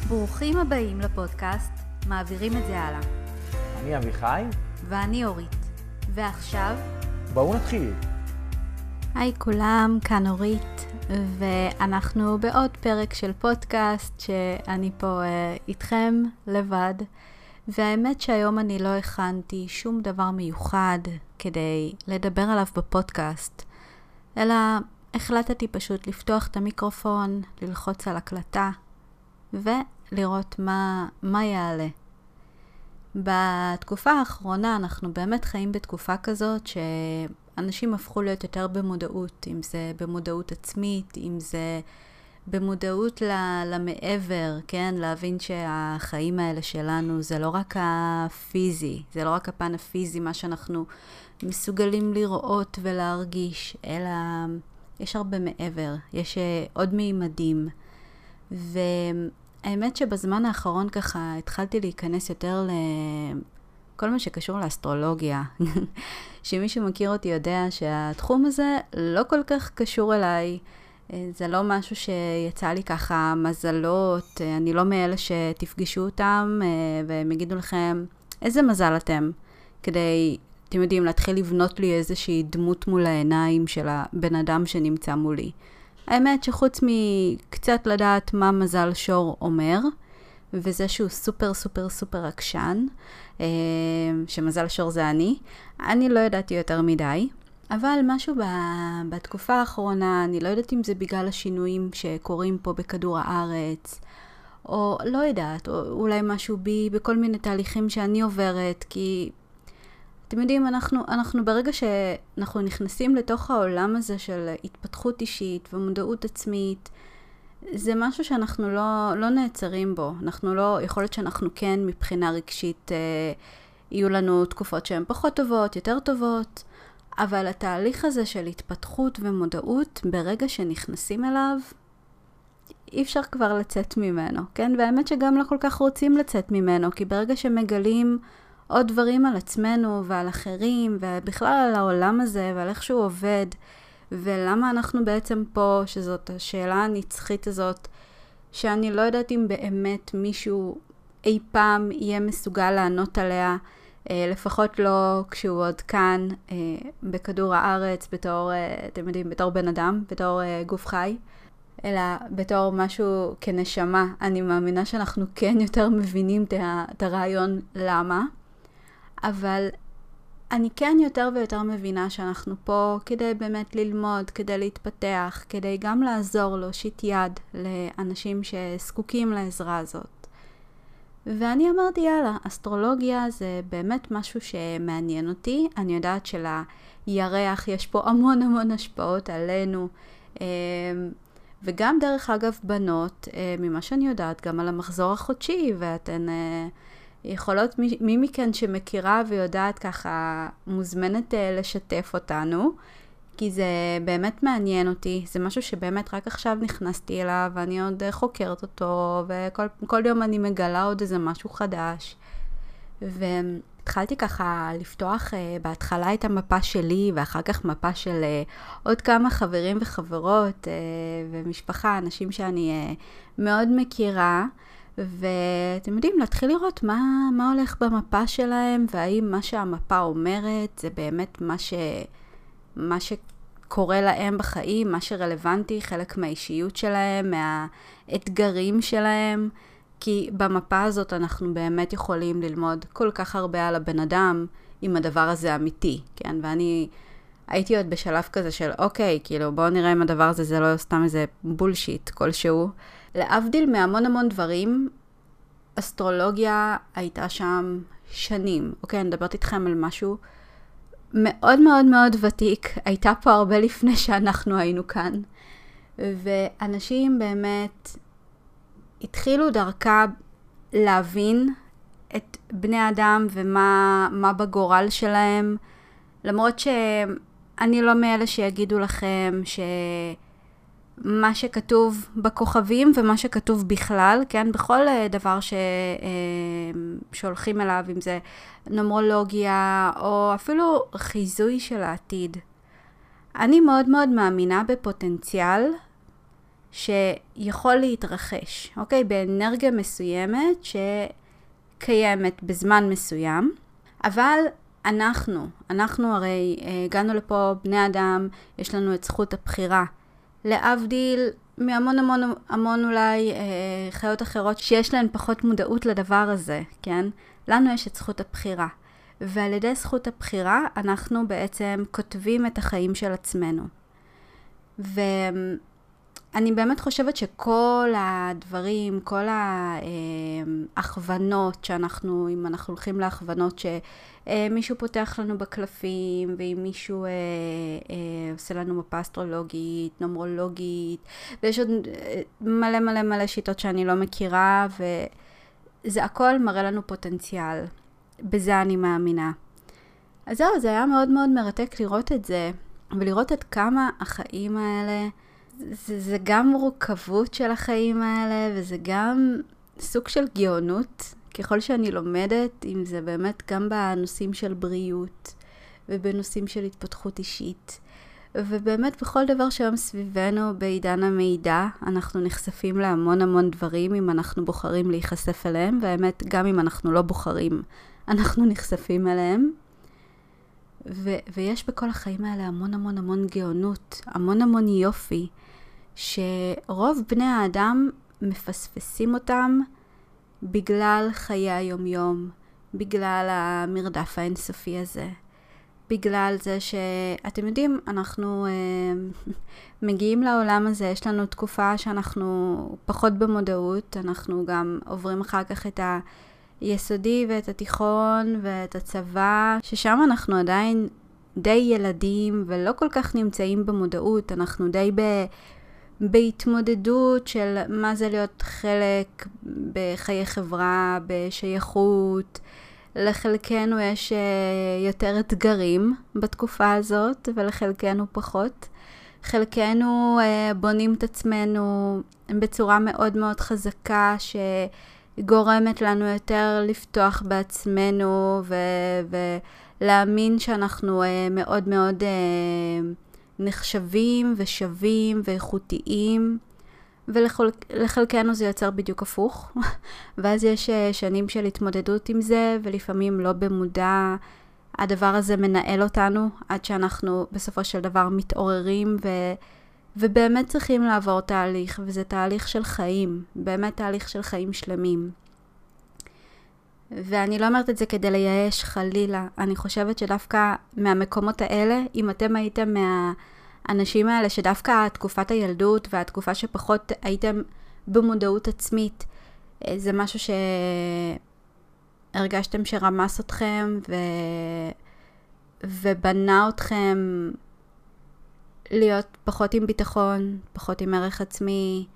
ברוכים הבאים לפודקאסט, מעבירים את זה הלאה. אני אביחי. ואני אורית. ועכשיו... בואו נתחיל. היי כולם, כאן אורית, ואנחנו בעוד פרק של פודקאסט שאני פה איתכם לבד. והאמת שהיום אני לא הכנתי שום דבר מיוחד כדי לדבר עליו בפודקאסט, אלא החלטתי פשוט לפתוח את המיקרופון, ללחוץ על הקלטה, ולראות מה יעלה. בתקופה האחרונה אנחנו באמת חיים בתקופה כזאת שאנשים הפכו להיות יותר במודעות, אם זה במודעות עצמית, אם זה במודעות למעבר, כן? להבין שהחיים האלה שלנו זה לא רק הפיזי, זה לא רק הפן הפיזי, מה שאנחנו מסוגלים לראות ולהרגיש, אלא יש הרבה מעבר, יש עוד מימדים. והאמת שבזמן האחרון ככה התחלתי להיכנס יותר לכל מה שקשור לאסטרולוגיה. שמי שמכיר אותי יודע שהתחום הזה לא כל כך קשור אליי. זה לא משהו שיצא לי ככה מזלות. אני לא מאלה שתפגשו אותם והם יגידו לכם איזה מזל אתם. כדי, אתם יודעים, להתחיל לבנות לי איזושהי דמות מול העיניים של הבן אדם שנמצא מולי. האמת שחוץ מקצת לדעת מה מזל שור אומר, וזה שהוא סופר סופר סופר עקשן, שמזל שור זה אני לא ידעתי יותר מדי. אבל משהו בתקופה האחרונה, אני לא יודעת אם זה בגלל השינויים שקורים פה בכדור הארץ, או לא יודעת, או אולי משהו בי בכל מיני תהליכים שאני עוברת, כי אתם יודעים, אנחנו ברגע שאנחנו נכנסים לתוך העולם הזה של התפתחות אישית ומודעות עצמית, זה משהו שאנחנו לא נעצרים בו. אנחנו לא, יכול להיות שאנחנו כן מבחינה רגשית, יהיו לנו תקופות שהן פחות טובות, יותר טובות, אבל התהליך הזה של התפתחות ומודעות, ברגע שנכנסים אליו, אי אפשר כבר לצאת ממנו, כן? והאמת שגם לא כל כך רוצים לצאת ממנו, כי ברגע שמגלים עוד דברים על עצמנו ועל אחרים, ובכלל על העולם הזה ועל איך שהוא עובד, ולמה אנחנו בעצם פה, שזאת השאלה הנצחית הזאת, שאני לא יודעת אם באמת מישהו אי פעם יהיה מסוגל לענות עליה, לפחות לא כשהוא עוד כאן בכדור הארץ, בתור, אתם יודעים, בתור בן אדם, בתור גוף חי, אלא בתור משהו כנשמה. אני מאמינה שאנחנו כן יותר מבינים את הרעיון למה, אבל אני כן יותר ויותר מבינה שאנחנו פה כדי באמת ללמוד, כדי להתפתח, כדי גם לעזור, להושיט יד לאנשים שזקוקים לעזרה הזאת. ואני אמרתי, יאללה, אסטרולוגיה זה באמת משהו שמעניין אותי. אני יודעת שלירח יש פה המון המון השפעות עלינו, וגם דרך אגב בנות, ממה שאני יודעת, גם על המחזור החודשי, ואתן יכולות, מי מכן שמכירה ויודעת ככה, מוזמנת לשתף אותנו, כי זה באמת מעניין אותי. זה משהו שבאמת רק עכשיו נכנסתי אליו, ואני עוד חוקרת אותו, וכל יום אני מגלה עוד איזה משהו חדש. והתחלתי ככה לפתוח בהתחלה את המפה שלי, ואחר כך מפה של עוד כמה חברים וחברות, ומשפחה, אנשים שאני מאוד מכירה, ואתם יודעים, להתחיל לראות מה הולך במפה שלהם, והאם מה שהמפה אומרת זה באמת מה שקורה להם בחיים, מה שרלוונטי, חלק מהאישיות שלהם, מהאתגרים שלהם, כי במפה הזאת אנחנו באמת יכולים ללמוד כל כך הרבה על הבן אדם, אם הדבר הזה אמיתי, כן? ואני הייתי עוד בשלב כזה של אוקיי, כאילו בואו נראה אם הדבר הזה זה לא סתם איזה בולשיט כלשהו. להבדיל מהמון המון דברים, אסטרולוגיה הייתה שם שנים. אוקיי, אני מדברת איתכם על משהו מאוד מאוד מאוד ותיק, הייתה פה הרבה לפני שאנחנו היינו כאן, ואנשים באמת התחילו דרכה להבין את בני אדם ומה בגורל שלהם, למרות שאני לא מאלה שיגידו לכם שמה שכתוב בכוכבים ומה שכתוב בכלל, כן, בכל דבר שהולכים אליו, אם זה נומרולוגיה או אפילו חיזוי של העתיד. אני מאוד מאוד מאמינה בפוטנציאל שיכול להתרחש, אוקיי? באנרגיה מסוימת שקיימת בזמן מסוים, אבל אנחנו הרי הגענו לפה בני אדם, יש לנו את זכות הבחירה. להבדיל מהמון המון אולי חיות אחרות שיש להן פחות מודעות לדבר הזה, כן? לנו יש את זכות הבחירה. ועל ידי זכות הבחירה אנחנו בעצם כותבים את החיים של עצמנו. ואני באמת חושבת שכל הדברים, כל ההכוונות שאנחנו, אם אנחנו הולכים להכוונות שמישהו פותח לנו בקלפים, ואם מישהו עושה לנו מפה אסטרולוגית, נומרולוגית, ויש עוד מלא שיטות שאני לא מכירה, וזה הכל מראה לנו פוטנציאל. בזה אני מאמינה. אז זהו, זה היה מאוד מאוד מרתק לראות את זה, ולראות עד כמה החיים האלה, זה גם מורכבות של החיים האלה, וזה גם סוג של גאונות, ככל שאני לומדת, אם זה באמת גם בנושאים של בריאות, ובנושאים של התפתחות אישית, ובאמת בכל דבר שהיום סביבנו בעידן המידע, אנחנו נחשפים להמון דברים, אם אנחנו בוחרים להיחשף אליהם, והאמת גם אם אנחנו לא בוחרים, אנחנו נחשפים אליהם. ויש בכל החיים האלה המון גאונות, המון יופי, שרוב בני האדם מפספסים אותם בגלל חיי היום-יום, בגלל המרדף האינסופי הזה, בגלל זה שאתם יודעים, אנחנו מגיעים לעולם הזה, יש לנו תקופה שאנחנו פחות במודעות, אנחנו גם עוברים אחר כך את היסודי ואת התיכון ואת הצבא, ששם אנחנו עדיין די ילדים ולא כל כך נמצאים במודעות, אנחנו די בהתמודדות של מה זה להיות חלק בחיי חברה, בשייכות. לחלקנו יש יותר אתגרים בתקופה הזאת ולחלקנו פחות. חלקנו בונים את עצמנו בצורה מאוד חזקה שגורמת לנו יותר לפתוח בעצמנו ולהאמין שאנחנו מאוד נחשבים ושווים ואיכותיים, ולחלקנו זה יוצר בדיוק הפוך, ואז יש שנים של התמודדות עם זה, ולפעמים לא במודע הדבר הזה מנהל אותנו, עד שאנחנו בסופו של דבר מתעוררים, ובאמת צריכים לעבור תהליך, וזה תהליך של חיים, באמת תהליך של חיים שלמים. ואני לא אומרת את זה כדי לייאש חלילה, אני חושבת שדווקא מהמקומות האלה, אם אתם הייתם מהאנשים האלה שדווקא תקופת הילדות והתקופה שפחות הייתם במודעות עצמית, זה משהו שהרגשתם שרמס אתכם ובנה אתכם להיות פחות עם ביטחון, פחות עם ערך עצמי,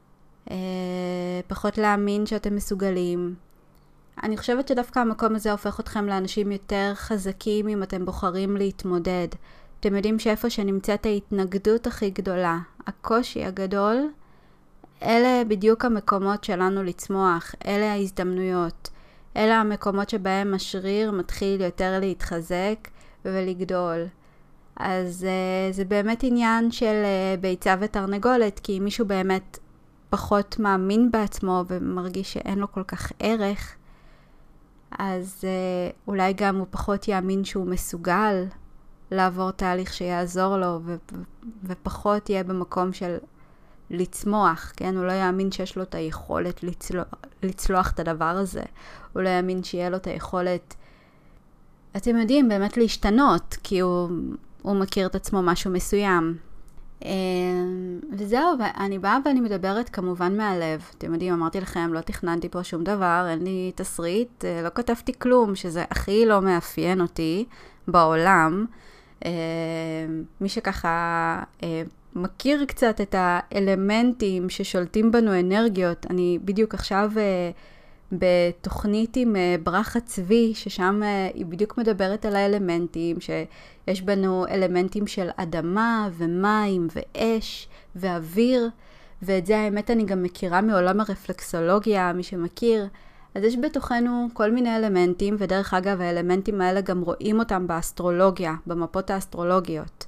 פחות להאמין שאתם מסוגלים. אני חושבת שדווקא המקום הזה הופך אתכם לאנשים יותר חזקים אם אתם בוחרים להתמודד. אתם יודעים שאיפה שנמצאת ההתנגדות הכי גדולה, הקושי הגדול, אלה בדיוק המקומות שלנו לצמוח, אלה ההזדמנויות, אלה המקומות שבהם השריר מתחיל יותר להתחזק ולגדול. אז זה באמת עניין של ביצה ותרנגולת, כי אם מישהו באמת פחות מאמין בעצמו ומרגיש שאין לו כל כך ערך, אז אולי גם הוא פחות יאמין שהוא מסוגל לעבור תהליך שיעזור לו, ופחות יהיה במקום של לצמוח, כן? הוא לא יאמין שיש לו את היכולת לצלוח את הדבר הזה. הוא לא יאמין שיהיה לו את היכולת, אתם יודעים, באמת להשתנות, כי הוא מכיר את עצמו משהו מסוים. וזהו, ואני באה ואני מדברת כמובן מהלב. אתם יודעים, אמרתי לכם, לא תכננתי פה שום דבר, אין לי תסריט, לא כתבתי כלום, שזה הכי לא מאפיין אותי בעולם. מי שככה מכיר קצת את האלמנטים ששולטים בנו אנרגיות, אני בדיוק עכשיו בתוכנית עם ברכה צבי, ששם היא בדיוק מדברת על האלמנטים, שיש בנו אלמנטים של אדמה ומים ואש ואוויר, ואת זה האמת אני גם מכירה מעולם הרפלקסולוגיה, מי שמכיר. אז יש בתוכנו כל מיני אלמנטים, ודרך אגב האלמנטים האלה גם רואים אותם באסטרולוגיה, במפות האסטרולוגיות.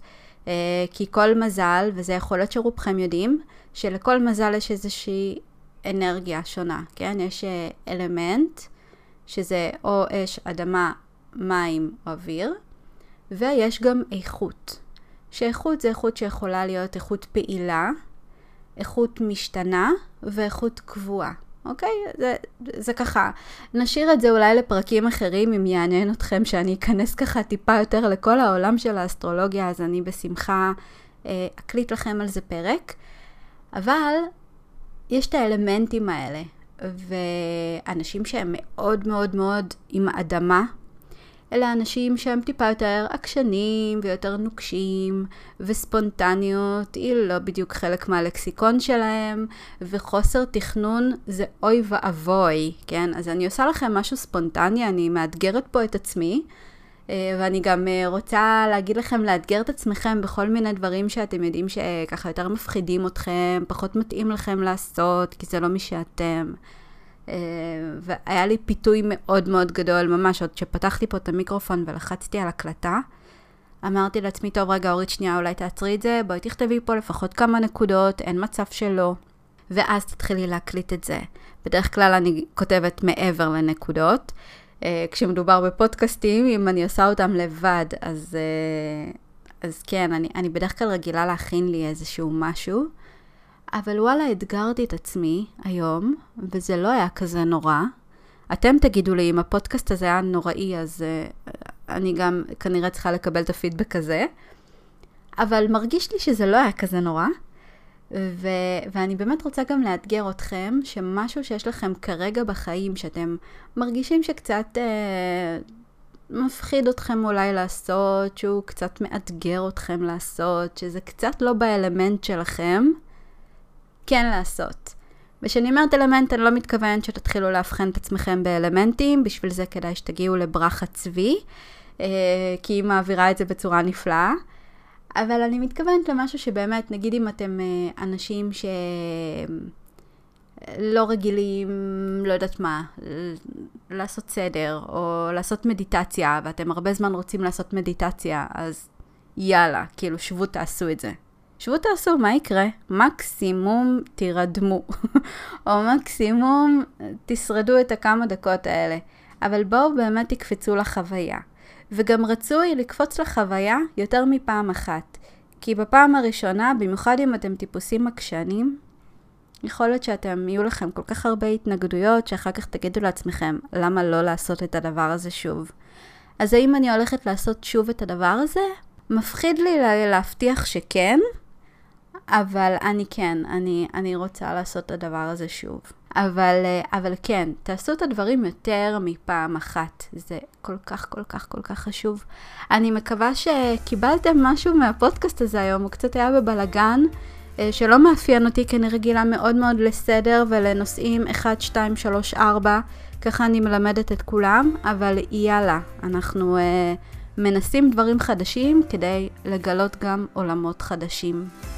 כי כל מזל, וזה יכול להיות שרובכם יודעים, שלכל מזל יש איזושהי אנרגיה שונה, כן? יש אלמנט, שזה או אש, אדמה, מים או אוויר, ויש גם איכות. שאיכות זה איכות שיכולה להיות איכות פעילה, איכות משתנה ואיכות קבועה. אוקיי? זה ככה. נשאיר את זה אולי לפרקים אחרים, אם יעניין אתכם שאני אכנס ככה טיפה יותר לכל העולם של האסטרולוגיה, אז אני בשמחה אקליט לכם על זה פרק. אבל יש את האלמנטים האלה, ואנשים שהם מאוד מאוד מאוד עם האדמה, אלה אנשים שהם טיפה יותר עקשנים ויותר נוקשים, וספונטניות היא לא בדיוק חלק מהלקסיקון שלהם, וחוסר תכנון זה אוי ואבוי, כן? אז אני עושה לכם משהו ספונטני, אני מאתגרת פה את עצמי, ואני גם רוצה להגיד לכם לאתגר את עצמכם בכל מיני דברים שאתם יודעים שככה יותר מפחידים אתכם, פחות מתאים לכם לעשות, כי זה לא מי שאתם. והיה לי פיתוי מאוד מאוד גדול, ממש עוד שפתחתי פה את המיקרופון ולחצתי על הקלטה, אמרתי לעצמי, טוב רגע אורית שנייה, אולי תעצרי את זה, בואי תכתבי פה לפחות כמה נקודות, אין מצב שלא, ואז תתחילי להקליט את זה. בדרך כלל אני כותבת מעבר לנקודות, כשמדובר בפודקאסטים, אם אני עושה אותם לבד, אז כן, אני בדרך כלל רגילה להכין לי איזשהו משהו, אבל וואלה, אתגרתי את עצמי היום, וזה לא היה כזה נורא. אתם תגידו לי, אם הפודקאסט הזה היה נוראי, אז אני גם כנראה צריכה לקבל את הפידבק הזה. אבל מרגיש לי שזה לא היה כזה נורא, ואני באמת רוצה גם לאתגר אתכם, שמשהו שיש לכם כרגע בחיים, שאתם מרגישים שקצת מפחיד אתכם אולי לעשות, שהוא קצת מאתגר אתכם לעשות, שזה קצת לא באלמנט שלכם, כן לעשות. ושאני אומרת אלמנט, אני לא מתכוונת שתתחילו להבחן את עצמכם באלמנטים, בשביל זה כדאי שתגיעו לברח הצבי, כי היא מעבירה את זה בצורה נפלאה. אבל אני מתכוונת למשהו שבאמת, נגיד אם אתם אנשים שלא רגילים, לא יודעת מה, לעשות סדר, או לעשות מדיטציה, ואתם הרבה זמן רוצים לעשות מדיטציה, אז יאללה, כאילו שבו תעשו את זה. שבו תעשו, מה יקרה? מקסימום תירדמו, או מקסימום תשרדו את הכמה דקות האלה. אבל בואו באמת תקפצו לחוויה. וגם רצוי לקפוץ לחוויה יותר מפעם אחת. כי בפעם הראשונה, במיוחד אם אתם טיפוסים עקשנים, יכול להיות שאתם יהיו לכם כל כך הרבה התנגדויות, שאחר כך תגידו לעצמכם, למה לא לעשות את הדבר הזה שוב? אז האם אני הולכת לעשות שוב את הדבר הזה? מפחיד לי להבטיח שכן, אבל אני רוצה לעשות את הדבר הזה שוב. אבל כן, תעשו את הדברים יותר מפעם אחת. זה כל כך, כל כך, כל כך חשוב. אני מקווה שקיבלתם משהו מהפודקאסט הזה היום, הוא קצת היה בבלגן, שלא מאפיין אותי, כי אני רגילה מאוד מאוד לסדר ולנושאים 1, 2, 3, 4, ככה אני מלמדת את כולם, אבל יאללה, אנחנו מנסים דברים חדשים כדי לגלות גם עולמות חדשים.